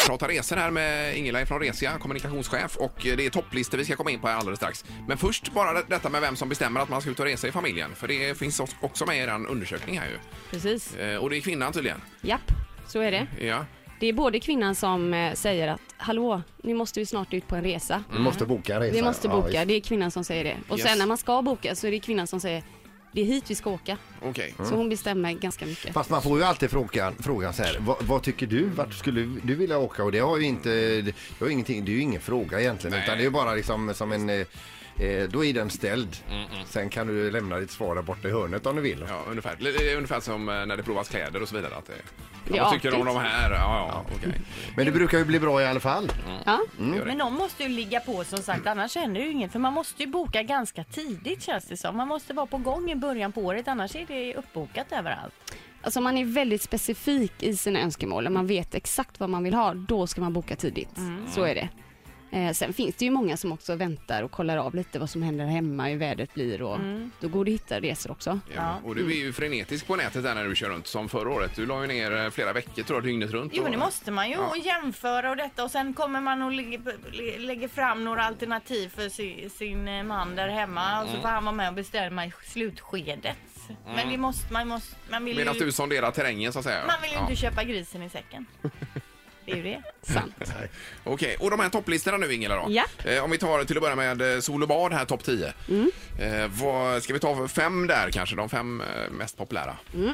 prata resor här med Ingela från Resia, kommunikationschef, och det är topplistor vi ska komma in på här alldeles strax. Men först bara detta med vem som bestämmer att man ska ut och resa i familjen, för det finns också med i en undersökning här ju. Precis. Och det är kvinnan tydligen. Japp, så är det. Ja. Det är både kvinnan som säger att hallå, nu måste vi snart ut på en resa. Vi måste boka en resa. Vi måste boka, det är kvinnan som säger det. Och sen när man ska boka så är det kvinnan som säger det är hit vi ska åka. Okej. Så hon bestämmer ganska mycket. Fast man får ju alltid frågan så här, vad tycker du? Vart skulle du vilja åka? Och det har ju inte, det har ingenting, det är ju ingen fråga egentligen. Nej. Utan det är bara liksom som en, då är den ställd. Sen kan du lämna ditt svar där borta i hörnet om du vill. Ja, ungefär. Det är ungefär som när det provas kläder och så vidare. Att det, ja, vad tycker du om de här? Ja, okej. Men det brukar ju bli bra i alla fall. Ja. Men någon måste ju ligga på som sagt, annars händer ju inget. För man måste ju boka ganska tidigt känns det som. Man måste vara på gång i början på året, annars är det uppbokat överallt. Alltså man är väldigt specifik i sina önskemål. Man vet exakt vad man vill ha, då ska man boka tidigt. Så är det. Sen finns det ju många som också väntar och kollar av lite vad som händer hemma, hur vädret blir och då går det att hitta resor också. Ja, och du är ju frenetisk på nätet där när du kör runt som förra året. Du la ju ner flera veckor tror jag dygnet runt. Jo, men det måste man ju och jämföra och detta och sen kommer man och lägger fram några alternativ för sin man där hemma och så får han vara med och bestämma i slutskedet. Men det måste man vill medan ju, du sonderar terrängen så att säga. man vill ju inte köpa grisen i säcken. Det är ju det. Sant. Okej, och de här topplistorna nu Ingela då. Ja. Om vi tar till att börja med sol och bad här, topp 10. Vad ska vi ta för 5 där kanske, de 5 mest populära?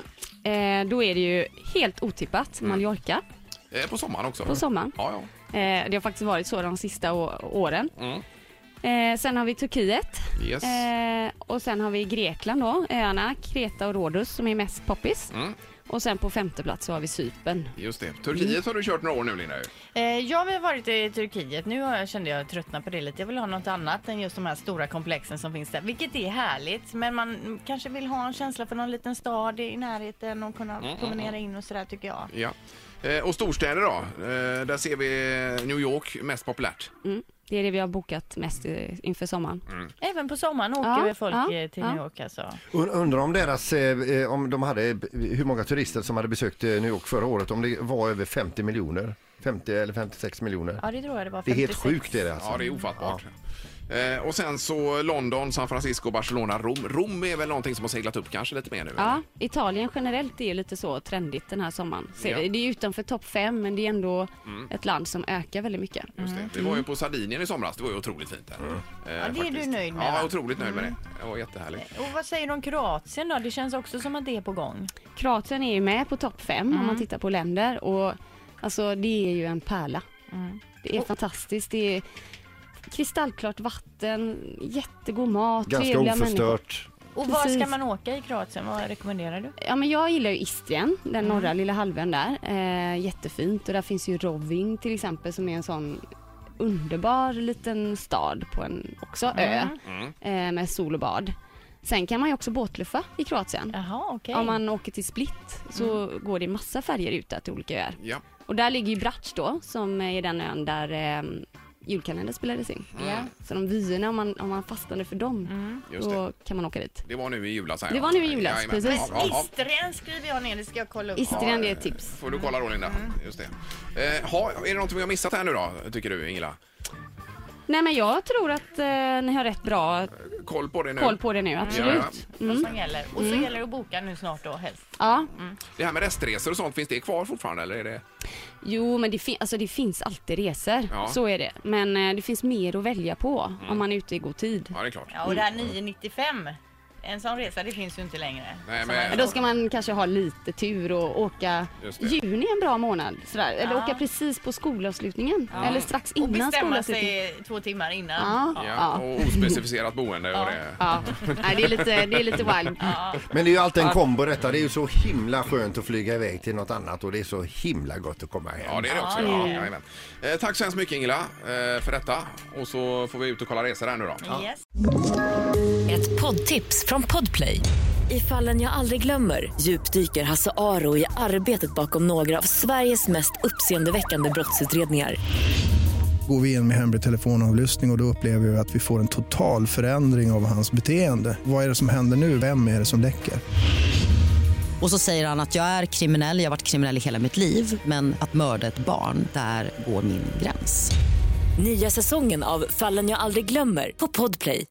Då är det ju helt otippat Mallorca. På sommaren också? På sommaren. Ja. Det har faktiskt varit så de sista åren. Sen har vi Turkiet. Yes. Och sen har vi Grekland då, öarna Kreta och Rhodos som är mest poppis. Och sen på 5:e plats så har vi Cypern. Just det. Turkiet har du kört några år nu, Linda. Jag har varit i Turkiet. Nu kände jag tröttna på det lite. Jag vill ha något annat än just de här stora komplexen som finns där. Vilket är härligt. Men man kanske vill ha en känsla för någon liten stad i närheten och kunna promenera in och sådär tycker jag. Ja. Och storstäder då? Där ser vi New York mest populärt. Det är det vi har bokat mest inför sommaren. Även på sommaren åker folk till New York alltså. Undrar om deras, om de hade, hur många turister som hade besökt New York förra året, om det var över 50 miljoner. 50 eller 56 miljoner. Ja, det tror jag det var. 56. Det är helt sjukt det alltså. Ja, det är ofattbart. Och sen så London, San Francisco, Barcelona, Rom. Rom är väl någonting som har seglat upp kanske lite mer nu? Ja, Italien generellt är ju lite så trendigt den här sommaren. Det är utanför topp 5 men det är ändå ett land som ökar väldigt mycket. Just det. Det var ju på Sardinien i somras, det var ju otroligt fint där. Ja, det är du nöjd med. Ja, otroligt nöjd med det. Det var jättehärligt. Och vad säger du om Kroatien då? Det känns också som att det är på gång. Kroatien är ju med på topp 5 om man tittar på länder och alltså det är ju en pärla. Det är fantastiskt, det är kristallklart vatten, jättegod mat, ganska oförstört. Och var ska man åka i Kroatien? Vad rekommenderar du? Ja, men jag gillar ju Istrien, den norra lilla halvön där. Jättefint och där finns ju Roving till exempel som är en sån underbar liten stad på en också ö med sol och bad. Sen kan man ju också båtluffa i Kroatien. Jaha, okej. Om man åker till Split så går det massa färger ut där till olika öar. Ja. Och där ligger ju Brač då som är den ön där julkalender spelades in. Så de vyerna, om man fastnade för dem, då kan man åka dit. Det var nu i julas här. Det var nu i julas, precis. Istrien skriver jag ner, det ska jag kolla upp. Istrien, det är ett tips. Får du kolla då, Linda. Just det. Är det något vi har missat här nu då, tycker du, Ingela? Nej, men jag tror att ni har rätt bra koll på det nu, absolut. Vad som gäller. Och så gäller det att boka nu snart då, helst. Ja. Det här med restresor och sånt, finns det kvar fortfarande eller är det? Jo, men det finns alltid resor. Så är det. Men det finns mer att välja på om man är ute i god tid. Ja, det är klart. Ja, och det här 9,95. En sån resa, det finns ju inte längre. Nej, men då ska man kanske ha lite tur och åka. Juni är en bra månad. Sådär. Eller åka precis på skolavslutningen. Eller strax innan skolavslutningen. Och bestämma sig 2 timmar innan. Och ospecificerat boende. Och det. Nej, det är lite wild. Men det är ju alltid en kombo detta. Det är ju så himla skönt att flyga iväg till något annat. Och det är så himla gott att komma hem. Ja, det är det också. Tack så hemskt mycket, Ingela, för detta. Och så får vi ut och kolla resor här nu då. Yes. Ett poddtips från Podplay. I Fallen jag aldrig glömmer djupdyker Hasse Aro i arbetet bakom några av Sveriges mest uppseendeväckande brottsutredningar. Går vi in med hemlig telefonavlyssning och då upplever vi att vi får en total förändring av hans beteende. Vad är det som händer nu? Vem är det som läcker? Och så säger han att jag är kriminell, jag har varit kriminell i hela mitt liv. Men att mörda ett barn, där går min gräns. Nya säsongen av Fallen jag aldrig glömmer på Podplay.